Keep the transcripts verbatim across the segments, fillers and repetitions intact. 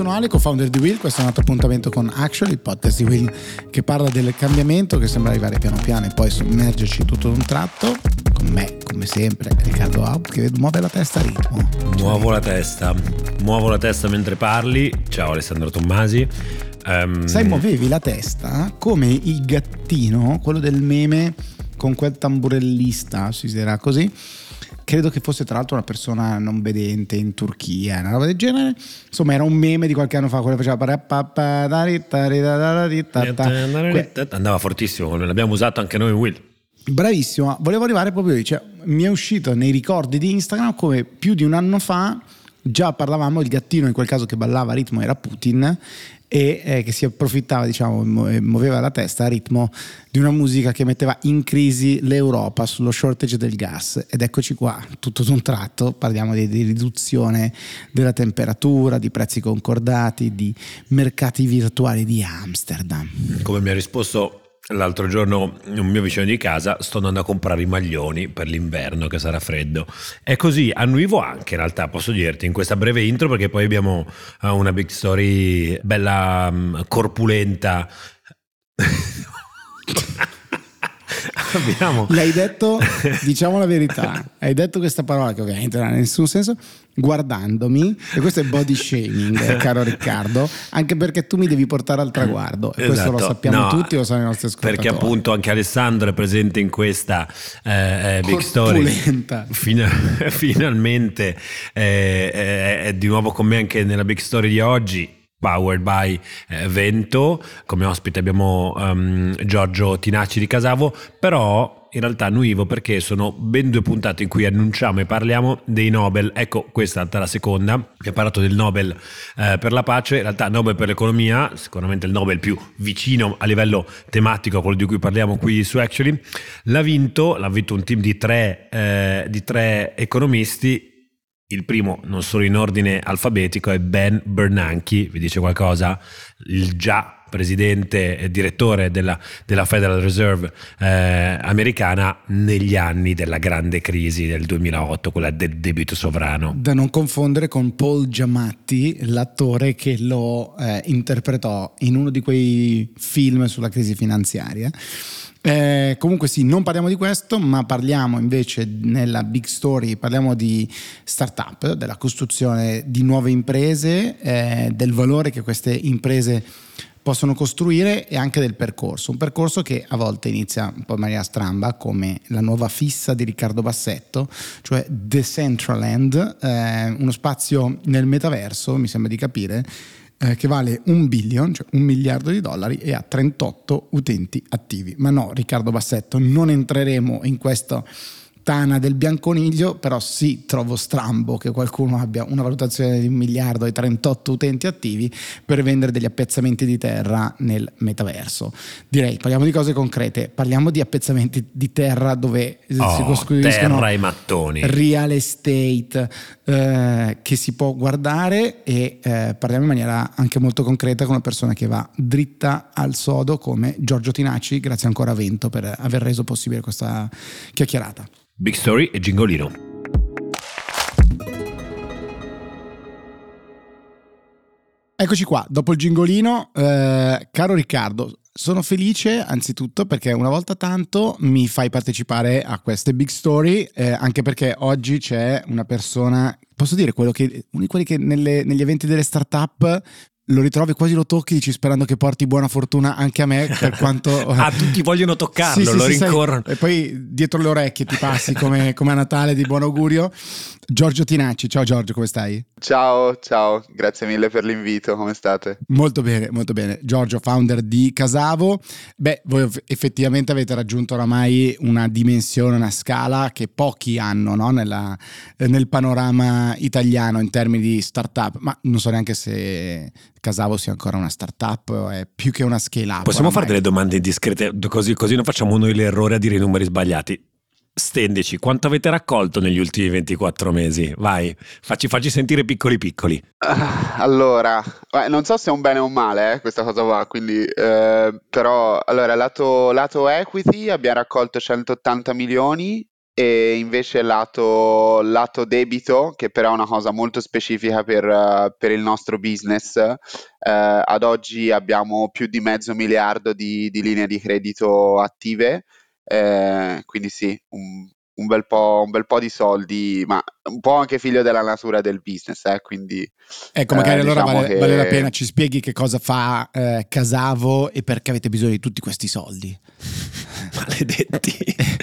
sono Ale, co-founder di Will. Questo è un altro appuntamento con Action, il podcast di Will che parla del cambiamento che sembra arrivare piano piano e poi sommergerci tutto d'un tratto. Con me, come sempre, Riccardo Haupt, che muove la testa a ritmo. Muovo la testa, muovo la testa mentre parli. Ciao Alessandro Tommasi. Um... Sai, muovevi la testa come il gattino, quello del meme con quel tamburellista, si dirà così. Credo che fosse tra l'altro una persona non vedente in Turchia, una roba del genere. Insomma, era un meme di qualche anno fa, quello che faceva andava fortissimo, l'abbiamo usato anche noi in Will. Bravissimo, volevo arrivare proprio lì, cioè, mi è uscito nei ricordi di Instagram come più di un anno fa già parlavamo, il gattino in quel caso che ballava a ritmo era Putin e eh, che si approfittava, diciamo, muoveva la testa a ritmo di una musica che metteva in crisi l'Europa sullo shortage del gas. Ed eccoci qua, tutto d'un tratto parliamo di, di riduzione della temperatura, di prezzi concordati, di mercati virtuali di Amsterdam. Come mi ha risposto l'altro giorno un mio vicino di casa, sto andando a comprare i maglioni per l'inverno che sarà freddo. E così annuivo anche, in realtà, posso dirti, in questa breve intro, perché poi abbiamo una big story bella um, corpulenta. Abbiamo... L'hai detto, diciamo la verità, hai detto questa parola che ovviamente non ha nessun senso guardandomi, e questo è body shaming, caro Riccardo, anche perché tu mi devi portare al traguardo, e esatto. Questo lo sappiamo no, tutti, lo sanno i nostri ascoltatori, perché appunto anche Alessandro è presente in questa eh, big story. Fina- finalmente eh, è, è di nuovo con me anche nella big story di oggi, powered by eh, Vento. Come ospite abbiamo um, Giorgio Tinacci di Casavo, però in realtà annuivo perché sono ben due puntate in cui annunciamo e parliamo dei Nobel. Ecco, questa è la seconda, che ha parlato del Nobel eh, per la pace, in realtà Nobel per l'economia, sicuramente il Nobel più vicino a livello tematico a quello di cui parliamo qui su Actually. L'ha vinto, l'ha vinto un team di tre, eh, di tre economisti. Il primo, non solo in ordine alfabetico, è Ben Bernanke, vi dice qualcosa? Il già presidente e direttore della, della Federal Reserve eh, americana negli anni della grande crisi del duemilaotto, quella del debito sovrano. Da non confondere con Paul Giamatti, l'attore che lo eh, interpretò in uno di quei film sulla crisi finanziaria. Eh, comunque sì, non parliamo di questo, ma parliamo invece nella big story, parliamo di startup, della costruzione di nuove imprese, eh, del valore che queste imprese possono costruire e anche del percorso, un percorso che a volte inizia un po' in maniera stramba, come la nuova fissa di Riccardo Bassetto, cioè Decentraland, eh, uno spazio nel metaverso, mi sembra di capire, Eh, che vale un billion, cioè un miliardo di dollari, e ha trentotto utenti attivi. Ma no, Riccardo Bassetto, non entreremo in questo tana del bianconiglio, però sì, trovo strambo che qualcuno abbia una valutazione di un miliardo e trentotto utenti attivi per vendere degli appezzamenti di terra nel metaverso. Direi, parliamo di cose concrete, parliamo di appezzamenti di terra dove oh, si costruiscono terra e mattoni, real estate eh, che si può guardare, e eh, parliamo in maniera anche molto concreta con una persona che va dritta al sodo come Giorgio Tinacci. Grazie ancora a Vento per aver reso possibile questa chiacchierata. Big story e gingolino. Eccoci qua, dopo il gingolino, eh, caro Riccardo, sono felice anzitutto perché una volta tanto mi fai partecipare a queste big story, eh, anche perché oggi c'è una persona, posso dire quello che, uno di quelli che nelle, negli eventi delle startup lo ritrovi, quasi lo tocchi, dici sperando che porti buona fortuna anche a me, per quanto ah, tutti vogliono toccarlo, sì, sì, lo sì, rincorrono sai, e poi dietro le orecchie ti passi come, come a Natale di buon augurio. Giorgio Tinacci, ciao Giorgio, come stai? Ciao, ciao, grazie mille per l'invito, come state? Molto bene, molto bene. Giorgio, founder di Casavo. Beh, voi effettivamente avete raggiunto oramai una dimensione, una scala che pochi hanno, no? Nella, nel panorama italiano in termini di startup, ma non so neanche se Casavo sia ancora una startup o è più che una scale up. Possiamo oramai fare delle domande indiscrete, così, così non facciamo noi l'errore a dire i numeri sbagliati. Stendici, quanto avete raccolto negli ultimi ventiquattro mesi? Vai, facci, facci sentire piccoli piccoli. Uh, allora, beh, non so se è un bene o un male eh, questa cosa qua, quindi, eh, però, allora, lato, lato equity abbiamo raccolto centottanta milioni e invece lato, lato debito, che però è una cosa molto specifica per, eh, per il nostro business, eh, ad oggi abbiamo più di mezzo miliardo di, di linee di credito attive, eh, quindi sì, un, un bel po', un bel po' di soldi, ma un po' anche figlio della natura del business, eh, quindi Ecco, eh, magari allora diciamo vale, vale la pena, che... ci spieghi che cosa fa eh, Casavo e perché avete bisogno di tutti questi soldi. Maledetti.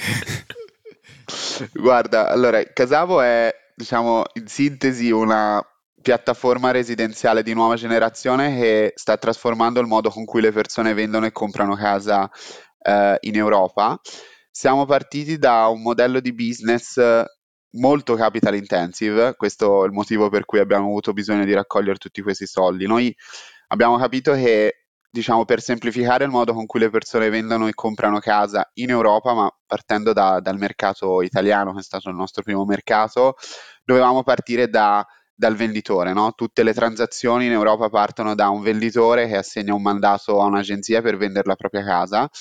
Guarda, allora, Casavo è, diciamo, in sintesi una piattaforma residenziale di nuova generazione che sta trasformando il modo con cui le persone vendono e comprano casa eh, in Europa. Siamo partiti da un modello di business eh, molto capital intensive, questo è il motivo per cui abbiamo avuto bisogno di raccogliere tutti questi soldi. Noi abbiamo capito che, diciamo, per semplificare il modo con cui le persone vendono e comprano casa in Europa, ma partendo da- dal mercato italiano, che è stato il nostro primo mercato, dovevamo partire da- dal venditore, no? Tutte le transazioni in Europa partono da un venditore che assegna un mandato a un'agenzia per vendere la propria casa,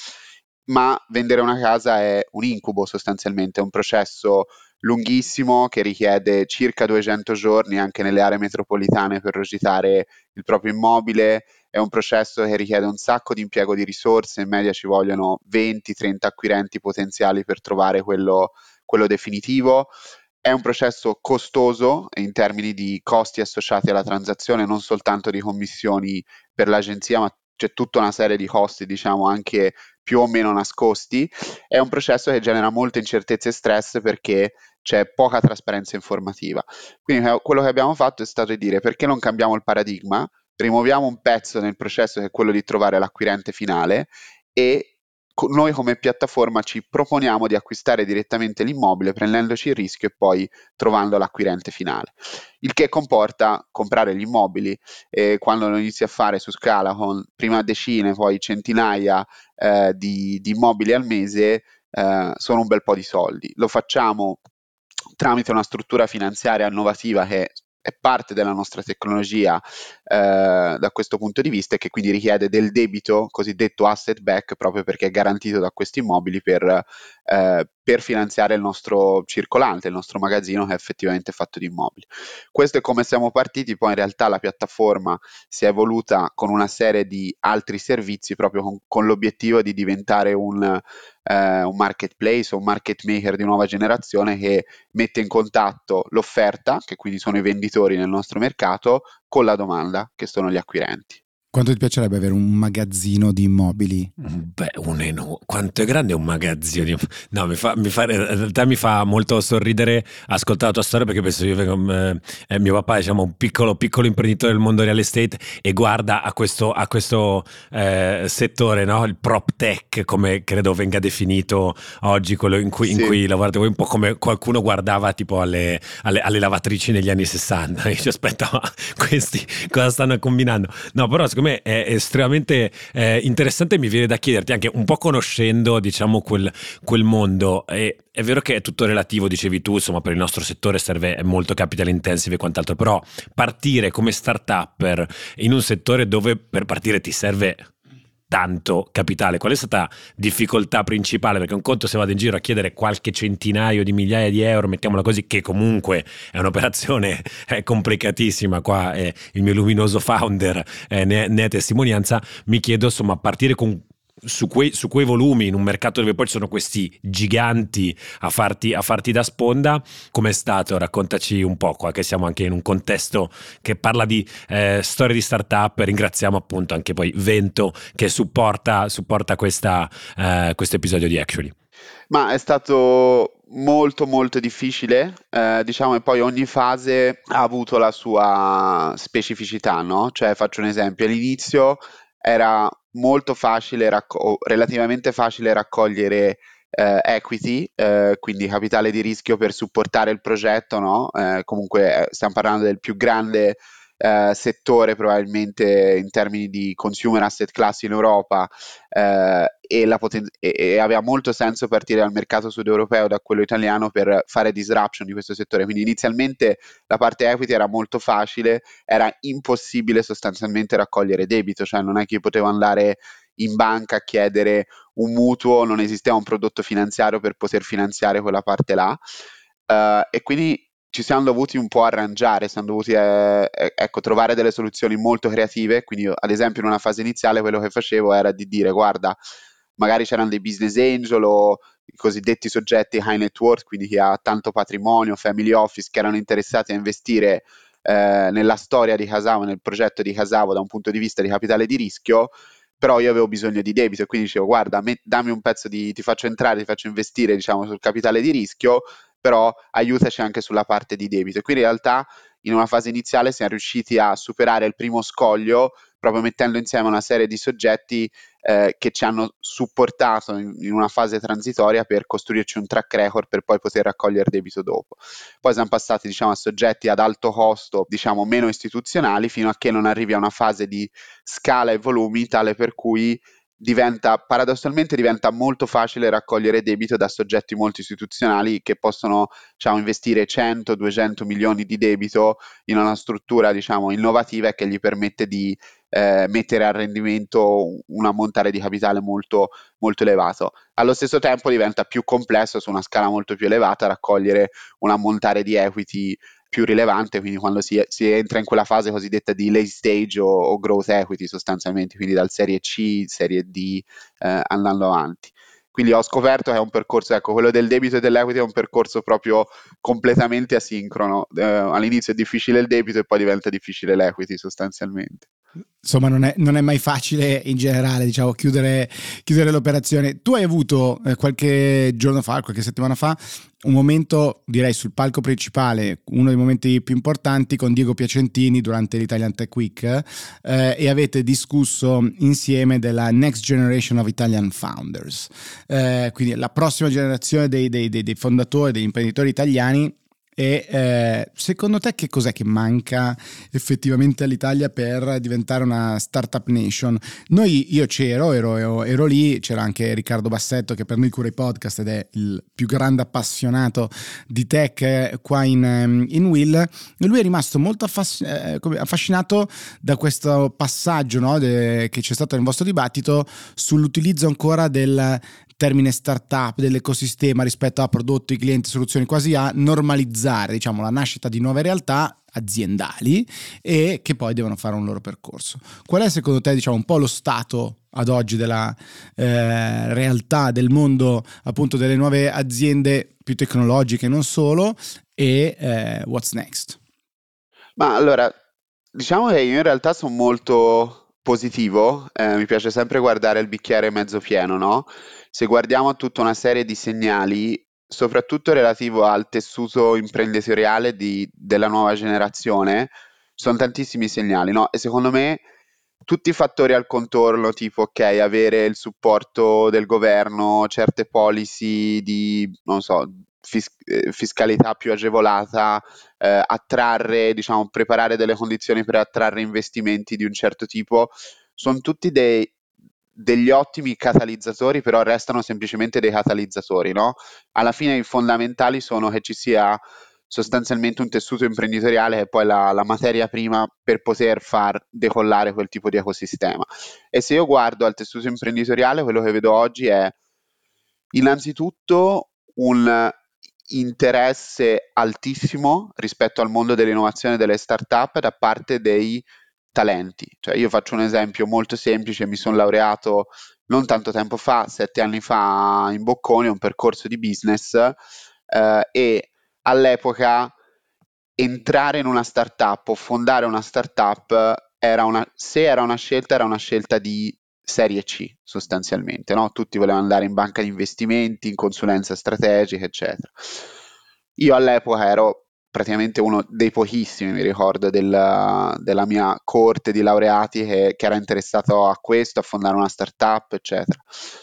ma vendere una casa è un incubo sostanzialmente, è un processo lunghissimo che richiede circa duecento giorni anche nelle aree metropolitane per rogitare il proprio immobile. È un processo che richiede un sacco di impiego di risorse, in media ci vogliono venti trenta acquirenti potenziali per trovare quello, quello definitivo. È un processo costoso in termini di costi associati alla transazione, non soltanto di commissioni per l'agenzia, ma c'è tutta una serie di costi, diciamo, anche più o meno nascosti. È un processo che genera molte incertezze e stress perché c'è poca trasparenza informativa. Quindi eh, quello che abbiamo fatto è stato di dire perché non cambiamo il paradigma, rimuoviamo un pezzo nel processo che è quello di trovare l'acquirente finale e co- noi come piattaforma ci proponiamo di acquistare direttamente l'immobile prendendoci il rischio e poi trovando l'acquirente finale, il che comporta comprare gli immobili e quando lo inizi a fare su scala con prima decine, poi centinaia eh, di, di immobili al mese, eh, sono un bel po' di soldi. Lo facciamo tramite una struttura finanziaria innovativa che è parte della nostra tecnologia eh, da questo punto di vista e che quindi richiede del debito cosiddetto asset back proprio perché è garantito da questi immobili per, eh, per finanziare il nostro circolante, il nostro magazzino che è effettivamente fatto di immobili. Questo è come siamo partiti, poi in realtà la piattaforma si è evoluta con una serie di altri servizi proprio con, con l'obiettivo di diventare un, eh, un marketplace o un market maker di nuova generazione che mette in contatto l'offerta, che quindi sono i venditori nel nostro mercato, con la domanda, che sono gli acquirenti. Quanto ti piacerebbe avere un magazzino di immobili? Beh, un eno- quanto è grande un magazzino? di- No, mi fa, mi fa- in realtà mi fa molto sorridere ascoltare la tua storia perché penso io vengo, eh, eh, mio papà è diciamo, un piccolo, piccolo imprenditore del mondo real estate e guarda a questo, a questo eh, settore, no? Il prop tech, come credo venga definito oggi, quello in cui, in Sì. cui lavorate voi, un po' come qualcuno guardava tipo alle, alle- alle lavatrici negli anni sessanta. E ci aspetta, ma questi cosa stanno combinando? No, però secondo me è estremamente eh, interessante. Mi viene da chiederti anche un po' conoscendo diciamo quel, quel mondo e è vero che è tutto relativo, dicevi tu, insomma per il nostro settore serve è molto capital intensive e quant'altro, però partire come start-upper in un settore dove per partire ti serve tanto capitale, qual è stata la difficoltà principale? Perché un conto se vado in giro a chiedere qualche centinaio di migliaia di euro, mettiamola così, che comunque è un'operazione è complicatissima, qua è il mio luminoso founder eh, ne, ne è testimonianza, mi chiedo insomma a partire con su quei, su quei volumi in un mercato dove poi ci sono questi giganti a farti, a farti da sponda, com'è stato? Raccontaci un po' qua che siamo anche in un contesto che parla di eh, storie di startup. Ringraziamo appunto anche poi Vento che supporta, supporta questa, eh, questo episodio di Actually. Ma è stato molto molto difficile, eh, diciamo, e poi ogni fase ha avuto la sua specificità, no? Cioè, faccio un esempio, all'inizio era molto facile, racco- o relativamente facile raccogliere eh, equity, eh, quindi capitale di rischio per supportare il progetto, no? Eh, comunque eh, stiamo parlando del più grande eh, settore probabilmente in termini di consumer asset class in Europa eh, e, la poten- e, e aveva molto senso partire dal mercato sud-europeo, da quello italiano, per fare disruption di questo settore. Quindi inizialmente la parte equity era molto facile, era impossibile sostanzialmente raccogliere debito, cioè non è che io potevo andare in banca a chiedere un mutuo, non esisteva un prodotto finanziario per poter finanziare quella parte là. Uh, e quindi ci siamo dovuti un po' arrangiare, siamo dovuti eh, ecco, trovare delle soluzioni molto creative. Quindi io, ad esempio, in una fase iniziale quello che facevo era di dire: guarda, magari c'erano dei business angel o i cosiddetti soggetti high net worth, quindi chi ha tanto patrimonio, family office, che erano interessati a investire eh, nella storia di Casavo, nel progetto di Casavo da un punto di vista di capitale di rischio. Però io avevo bisogno di debito e quindi dicevo: guarda, me, dammi un pezzo di, ti faccio entrare, ti faccio investire, diciamo, sul capitale di rischio, però aiutaci anche sulla parte di debito. E quindi in realtà in una fase iniziale siamo riusciti a superare il primo scoglio proprio mettendo insieme una serie di soggetti eh, che ci hanno supportato in, in una fase transitoria per costruirci un track record per poi poter raccogliere debito dopo. Poi siamo passati, diciamo, a soggetti ad alto costo, diciamo meno istituzionali, fino a che non arrivi a una fase di scala e volumi tale per cui diventa, paradossalmente diventa molto facile raccogliere debito da soggetti molto istituzionali che possono, diciamo, investire cento duecento milioni di debito in una struttura, diciamo, innovativa e che gli permette di eh, mettere a rendimento un ammontare di capitale molto, molto elevato. Allo stesso tempo diventa più complesso su una scala molto più elevata raccogliere un ammontare di equity più rilevante, quindi quando si, si entra in quella fase cosiddetta di late stage o, o growth equity sostanzialmente, quindi dal serie C, serie D eh, andando avanti. Quindi ho scoperto che è un percorso, ecco, quello del debito e dell'equity è un percorso proprio completamente asincrono. Eh, all'inizio è difficile il debito e poi diventa difficile l'equity sostanzialmente. Insomma, non è, non è mai facile in generale, diciamo, chiudere, chiudere l'operazione. Tu hai avuto eh, qualche giorno fa, qualche settimana fa, un momento, direi, sul palco principale, uno dei momenti più importanti con Diego Piacentini durante l'Italian Tech Week eh, e avete discusso insieme della Next Generation of Italian Founders, eh, quindi la prossima generazione dei, dei, dei, dei fondatori, degli imprenditori italiani. E eh, secondo te che cos'è che manca effettivamente all'Italia per diventare una startup nation? Noi, io c'ero, ero, ero, ero lì, c'era anche Riccardo Bassetto che per noi cura i podcast ed è il più grande appassionato di tech qua in, in Will, e lui è rimasto molto affas- eh, affascinato da questo passaggio, no, de- che c'è stato nel vostro dibattito sull'utilizzo ancora del termine startup, dell'ecosistema rispetto a prodotti, clienti, soluzioni, quasi a normalizzare, diciamo, la nascita di nuove realtà aziendali e che poi devono fare un loro percorso. Qual è secondo te, diciamo, un po' lo stato ad oggi della eh, realtà del mondo, appunto, delle nuove aziende più tecnologiche, non solo, e eh, what's next? Ma allora, diciamo che io in realtà sono molto positivo, eh, mi piace sempre guardare il bicchiere mezzo pieno, no? Se guardiamo tutta una serie di segnali, soprattutto relativo al tessuto imprenditoriale di- della nuova generazione, sono tantissimi segnali, no? E secondo me tutti i fattori al contorno, tipo, ok, avere il supporto del governo, certe policy di, non so, fis- eh, fiscalità più agevolata, eh, attrarre, diciamo, preparare delle condizioni per attrarre investimenti di un certo tipo, sono tutti dei, degli ottimi catalizzatori, però restano semplicemente dei catalizzatori, no? Alla fine i fondamentali sono che ci sia sostanzialmente un tessuto imprenditoriale che è poi la, la materia prima per poter far decollare quel tipo di ecosistema. E se io guardo al tessuto imprenditoriale, quello che vedo oggi è innanzitutto un interesse altissimo rispetto al mondo dell'innovazione e delle startup da parte dei talenti. Cioè, io faccio un esempio molto semplice: mi sono laureato non tanto tempo fa, sette anni fa, in Bocconi, un percorso di business, eh, e all'epoca entrare in una startup o fondare una startup era una, se era una scelta, era una scelta di serie C sostanzialmente, no? Tutti volevano andare in banca di investimenti, in consulenza strategica, eccetera. Io all'epoca ero praticamente uno dei pochissimi, mi ricordo, della, della mia corte di laureati che, che era interessato a questo, a fondare una startup, eccetera.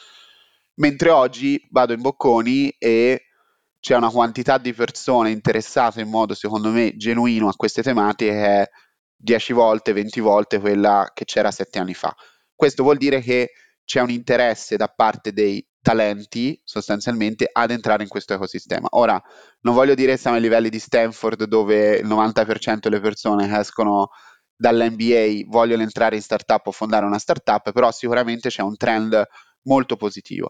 Mentre oggi vado in Bocconi e c'è una quantità di persone interessate in modo, secondo me, genuino a queste tematiche che è dieci volte, venti volte quella che c'era sette anni fa. Questo vuol dire che c'è un interesse da parte dei talenti, sostanzialmente, ad entrare in questo ecosistema. Ora, non voglio dire siamo ai livelli di Stanford dove il novanta per cento delle persone che escono dall'N B A vogliono entrare in startup o fondare una startup, però sicuramente c'è un trend molto positivo.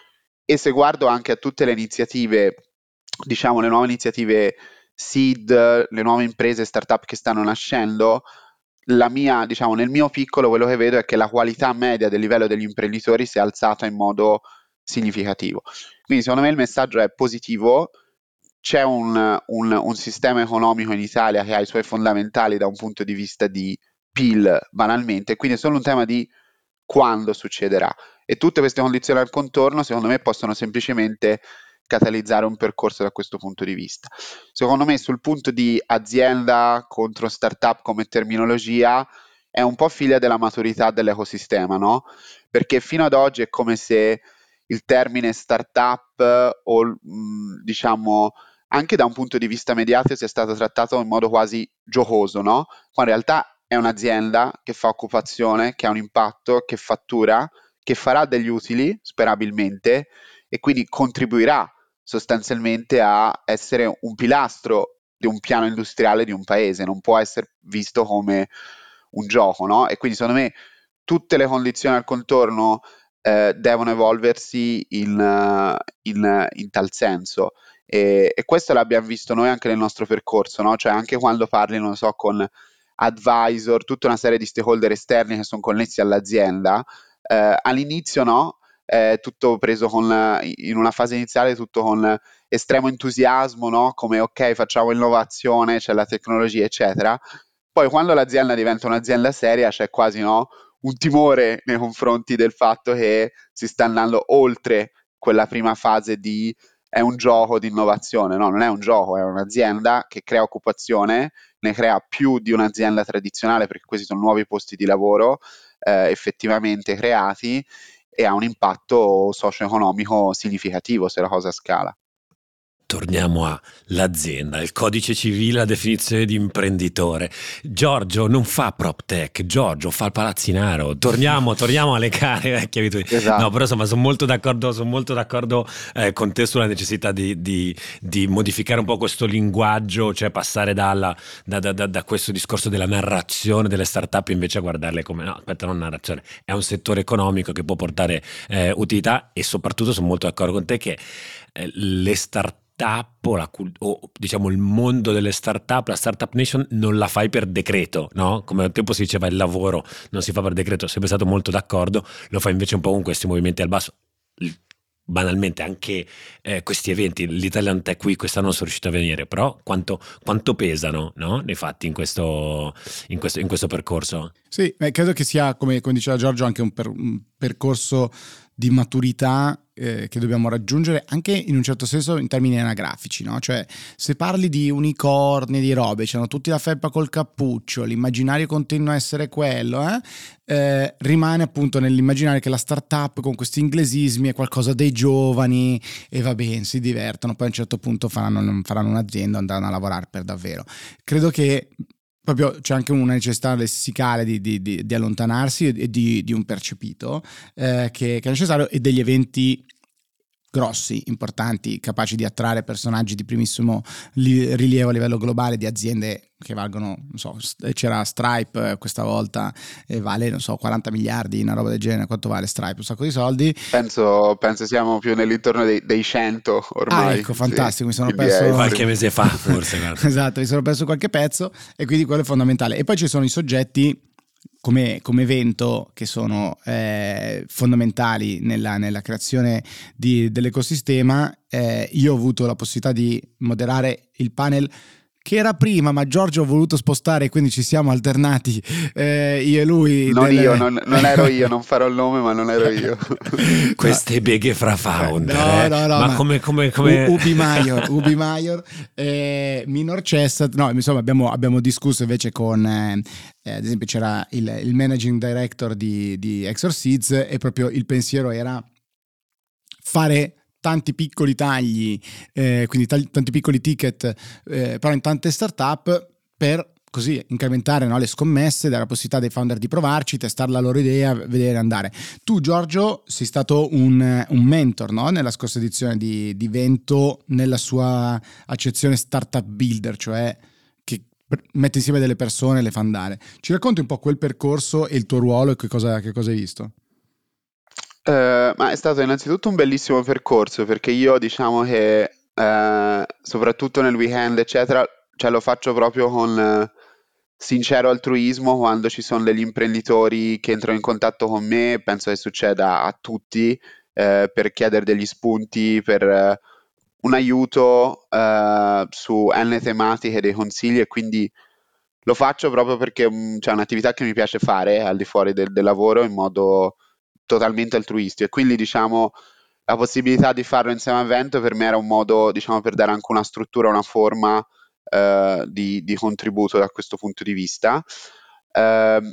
E se guardo anche a tutte le iniziative, diciamo le nuove iniziative seed, le nuove imprese startup che stanno nascendo, la mia, diciamo, nel mio piccolo quello che vedo è che la qualità media del livello degli imprenditori si è alzata in modo significativo. Quindi secondo me il messaggio è positivo, c'è un, un, un sistema economico in Italia che ha i suoi fondamentali da un punto di vista di P I L banalmente, quindi è solo un tema di quando succederà. E tutte queste condizioni al contorno, secondo me, possono semplicemente catalizzare un percorso da questo punto di vista. Secondo me, sul punto di azienda contro startup come terminologia, è un po' figlia della maturità dell'ecosistema, no? Perché fino ad oggi è come se il termine startup o mh, diciamo anche da un punto di vista mediatico sia stato trattato in modo quasi giocoso, no? Quando in realtà è un'azienda che fa occupazione, che ha un impatto, che fattura, che farà degli utili, sperabilmente, e quindi contribuirà sostanzialmente a essere un pilastro di un piano industriale di un paese, non può essere visto come un gioco, no? E quindi secondo me tutte le condizioni al contorno eh, devono evolversi in, uh, in, uh, in tal senso. E, e questo l'abbiamo visto noi anche nel nostro percorso, no? Cioè anche quando parli, non so, con advisor, tutta una serie di stakeholder esterni che sono connessi all'azienda, eh, all'inizio no, eh, tutto preso con, in una fase iniziale tutto con estremo entusiasmo, no? Come ok, facciamo innovazione, c'è la tecnologia, eccetera. Poi quando l'azienda diventa un'azienda seria c'è quasi no, un timore nei confronti del fatto che si sta andando oltre quella prima fase di è un gioco di innovazione, no, non è un gioco, è un'azienda che crea occupazione, ne crea più di un'azienda tradizionale perché questi sono nuovi posti di lavoro eh, effettivamente creati e ha un impatto socio-economico significativo se la cosa scala. Torniamo all'azienda, il codice civile, la definizione di imprenditore. Giorgio non fa prop tech, Giorgio fa il palazzinaro. Torniamo, torniamo alle care vecchie abitudini. Esatto. No, però insomma sono molto d'accordo, sono molto d'accordo eh, con te sulla necessità di, di, di modificare un po' questo linguaggio, cioè passare dalla, da, da, da, da questo discorso della narrazione delle startup invece a guardarle come, no, aspetta, non narrazione, è un settore economico che può portare eh, utilità e soprattutto sono molto d'accordo con te che eh, le startup o, la, o diciamo il mondo delle startup, la startup nation non la fai per decreto, no? Come un tempo si diceva il lavoro non si fa per decreto, sempre stato molto d'accordo, lo fa invece un po' con questi movimenti al basso. Banalmente anche eh, questi eventi, l'Italian Tech Week quest'anno sono riuscito a venire, però quanto, quanto pesano, no? Nei fatti in questo, in questo, in questo percorso? Sì, eh, credo che sia, come, come diceva Giorgio, anche un, per, un percorso di maturità eh, che dobbiamo raggiungere anche in un certo senso in termini anagrafici, no? Cioè se parli di unicorni, di robe, c'hanno tutti la felpa col cappuccio, l'immaginario continua a essere quello, eh? Eh, rimane appunto nell'immaginario che la startup con questi inglesismi è qualcosa dei giovani e va bene, si divertono, poi a un certo punto faranno, faranno un'azienda, andranno a lavorare per davvero. Credo che proprio c'è anche una necessità lessicale di, di, di, di allontanarsi e di, di un percepito eh, che, che è necessario e degli eventi grossi, importanti, capaci di attrarre personaggi di primissimo li, rilievo a livello globale di aziende che valgono, non so, c'era Stripe eh, questa volta e vale, non so, quaranta miliardi, una roba del genere. Quanto vale Stripe? Un sacco di soldi. Penso, penso siamo più nell'intorno dei, dei cento ormai. Ah, ecco, fantastico, sì, mi sono P B A, perso qualche mese fa forse. Esatto, mi sono perso qualche pezzo e quindi quello è fondamentale. E poi ci sono i soggetti come, come evento che sono eh, fondamentali nella, nella creazione di, dell'ecosistema. Eh, io ho avuto la possibilità di moderare il panel che era prima, ma Giorgio ha voluto spostare, quindi ci siamo alternati eh, io e lui. Non delle... io, non, non ero io, non farò il nome, ma non ero io. Queste beghe fra founder, no, eh? no, no, ma, ma come, come, come... U- Ubi Maior, Ubi Maior eh, Minor Chess, no, insomma abbiamo, abbiamo discusso invece con, eh, ad esempio c'era il, il managing director di, di Exorcids e proprio il pensiero era fare tanti piccoli tagli, eh, quindi tagli, tanti piccoli ticket, eh, però in tante startup per così incrementare, no, le scommesse, dare la possibilità dei founder di provarci, testare la loro idea, vedere andare. Tu Giorgio sei stato un, un mentor, no? Nella scorsa edizione di, di Vento nella sua accezione startup builder, cioè che Metti insieme delle persone e le fa andare. Ci racconti un po' quel percorso e il tuo ruolo e che cosa, che cosa hai visto? Eh, ma è stato innanzitutto un bellissimo percorso perché io diciamo che eh, soprattutto nel weekend eccetera, cioè lo faccio proprio con eh, sincero altruismo quando ci sono degli imprenditori che entrano in contatto con me, penso che succeda a tutti, eh, per chiedere degli spunti, per eh, un aiuto eh, su N tematiche, dei consigli e quindi lo faccio proprio perché mm, c'è un'attività che mi piace fare al di fuori del, del lavoro in modo totalmente altruistico e quindi diciamo la possibilità di farlo insieme a Vento per me era un modo diciamo per dare anche una struttura, una forma eh, di, di contributo da questo punto di vista. Ehm,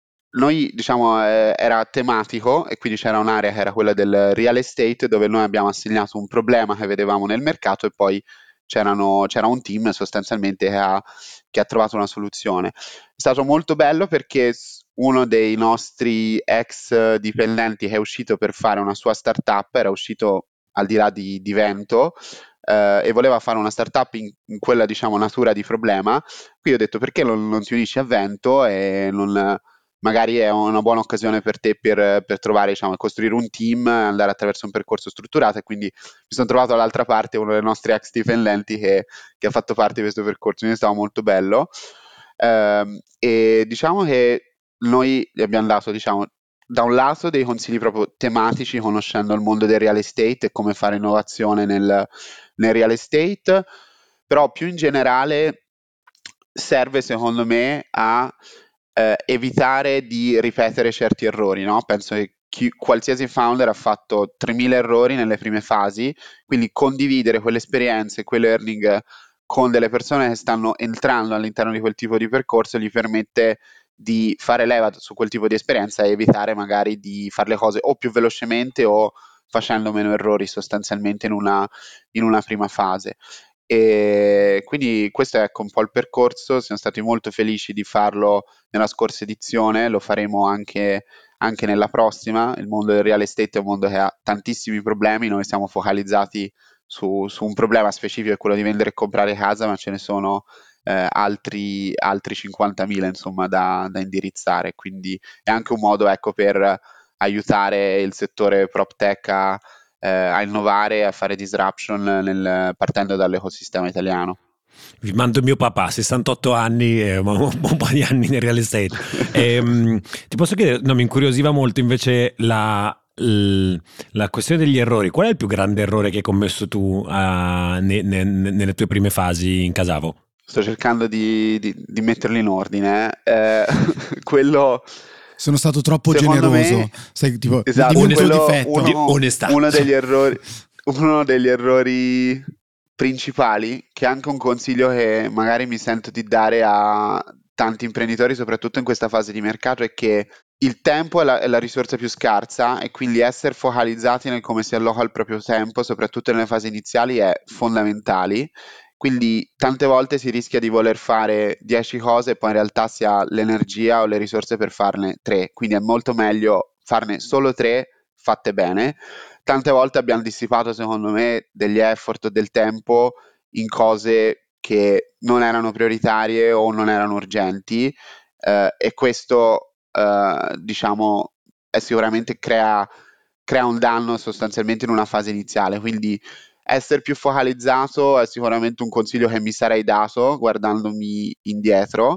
Noi diciamo eh, era tematico e quindi c'era un'area che era quella del real estate dove noi abbiamo assegnato un problema che vedevamo nel mercato e poi c'erano- c'era un team sostanzialmente che ha, che ha trovato una soluzione. È stato molto bello perché s- uno dei nostri ex dipendenti che è uscito per fare una sua startup era uscito al di là di, di Vento eh, e voleva fare una startup in, in quella diciamo natura di problema. Qui ho detto perché non, non ti unisci a Vento e non magari è una buona occasione per te per, per trovare, diciamo, costruire un team, andare attraverso un percorso strutturato e quindi mi sono trovato dall'altra parte uno dei nostri ex dipendenti che, che ha fatto parte di questo percorso, quindi è stato molto bello. Ehm, e diciamo che noi gli abbiamo dato, diciamo, da un lato dei consigli proprio tematici, conoscendo il mondo del real estate e come fare innovazione nel, nel real estate, però più in generale serve secondo me a eh, evitare di ripetere certi errori, no? Penso che chi- qualsiasi founder ha fatto tremila errori nelle prime fasi, quindi condividere quelle esperienze, quei learning con delle persone che stanno entrando all'interno di quel tipo di percorso gli permette di fare leva su quel tipo di esperienza e evitare magari di fare le cose o più velocemente o facendo meno errori sostanzialmente in una, in una prima fase. E quindi questo è ecco, un po' il percorso, siamo stati molto felici di farlo nella scorsa edizione, lo faremo anche, anche nella prossima. Il mondo del real estate è un mondo che ha tantissimi problemi, noi siamo focalizzati su, su un problema specifico, è quello di vendere e comprare casa, ma ce ne sono eh, altri, altri cinquantamila insomma da, da indirizzare, quindi è anche un modo ecco, per aiutare il settore prop tech a eh, a innovare, a fare disruption nel- partendo dall'ecosistema italiano. Vi mando mio papà, sessantotto anni, eh, ma un, un po' di anni nel real estate. Ehm, ti posso chiedere, no, mi incuriosiva molto invece la, l- la questione degli errori. Qual è il più grande errore che hai commesso tu ah, ne- ne- nelle tue prime fasi in Casavo? Sto cercando di, di- di metterli in ordine. eh. Eh, quello, Sono stato troppo secondo me, generoso. Sai, tipo, dimmi esatto, un tuo Onest- quello difetto. di uno, onestà. uno degli errori, uno degli errori principali, che è anche un consiglio che magari mi sento di dare a tanti imprenditori, soprattutto in questa fase di mercato, è che il tempo è la, è la risorsa più scarsa e quindi essere focalizzati nel come si alloca il proprio tempo, soprattutto nelle fasi iniziali, è fondamentale. Quindi tante volte si rischia di voler fare dieci cose e poi in realtà si ha l'energia o le risorse per farne tre. Quindi è molto meglio farne solo tre fatte bene. Tante volte abbiamo dissipato, secondo me, degli effort o del tempo in cose che non erano prioritarie o non erano urgenti, eh, e questo, eh, diciamo, è sicuramente crea, crea un danno sostanzialmente in una fase iniziale. Quindi essere più focalizzato è sicuramente un consiglio che mi sarei dato guardandomi indietro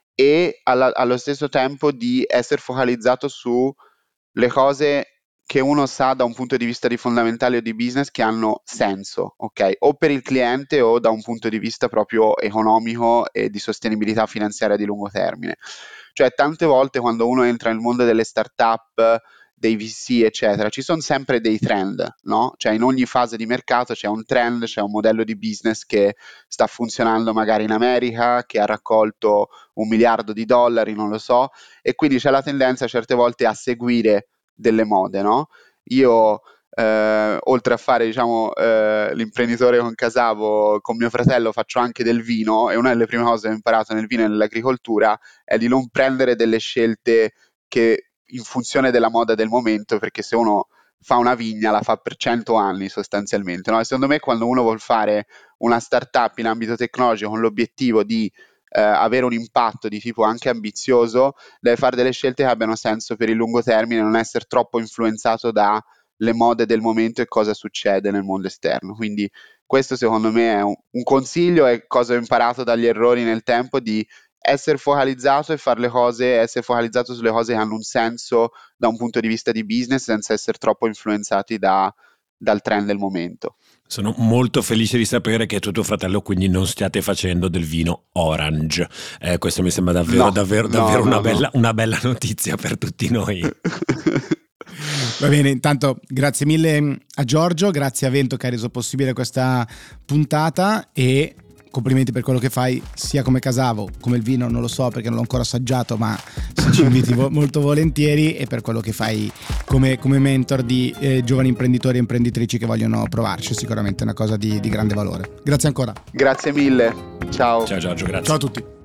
e alla- allo stesso tempo di essere focalizzato su le cose che uno sa da un punto di vista di fondamentali o di business che hanno senso, ok? O per il cliente o da un punto di vista proprio economico e di sostenibilità finanziaria di lungo termine. Cioè, tante volte quando uno entra nel mondo delle startup, dei V C, eccetera, ci sono sempre dei trend, no? Cioè, in ogni fase di mercato c'è un trend, c'è un modello di business che sta funzionando magari in America, che ha raccolto un miliardo di dollari, non lo so, e quindi c'è la tendenza certe volte a seguire delle mode, no? Io eh, oltre a fare diciamo eh, l'imprenditore con Casavo con mio fratello faccio anche del vino e una delle prime cose che ho imparato nel vino e nell'agricoltura è di non prendere delle scelte che in funzione della moda del momento, perché se uno fa una vigna la fa per cento anni sostanzialmente, no? E secondo me quando uno vuol fare una startup in ambito tecnologico con l'obiettivo di eh, avere un impatto di tipo anche ambizioso, deve fare delle scelte che abbiano senso per il lungo termine, non essere troppo influenzato dalle mode del momento e cosa succede nel mondo esterno. Quindi questo secondo me è un, un consiglio, e cosa ho imparato dagli errori nel tempo, di essere focalizzato e fare le cose, essere focalizzato sulle cose che hanno un senso da un punto di vista di business, senza essere troppo influenzati da, dal trend del momento. Sono molto felice di sapere che tu e tuo fratello quindi non stiate facendo del vino orange. Eh, questo mi sembra davvero, no, davvero, no, davvero no, una, no. Bella, una bella notizia per tutti noi. Va bene, intanto grazie mille a Giorgio, grazie a Vento che ha reso possibile questa puntata, e complimenti per quello che fai sia come Casavo, come il vino non lo so perché non l'ho ancora assaggiato, ma se ci inviti vo- molto volentieri, e per quello che fai come, come mentor di eh, giovani imprenditori e imprenditrici che vogliono provarci. Sicuramente è una cosa di, di grande valore. Grazie ancora. Grazie mille, ciao. Ciao Giorgio, grazie. Ciao a tutti.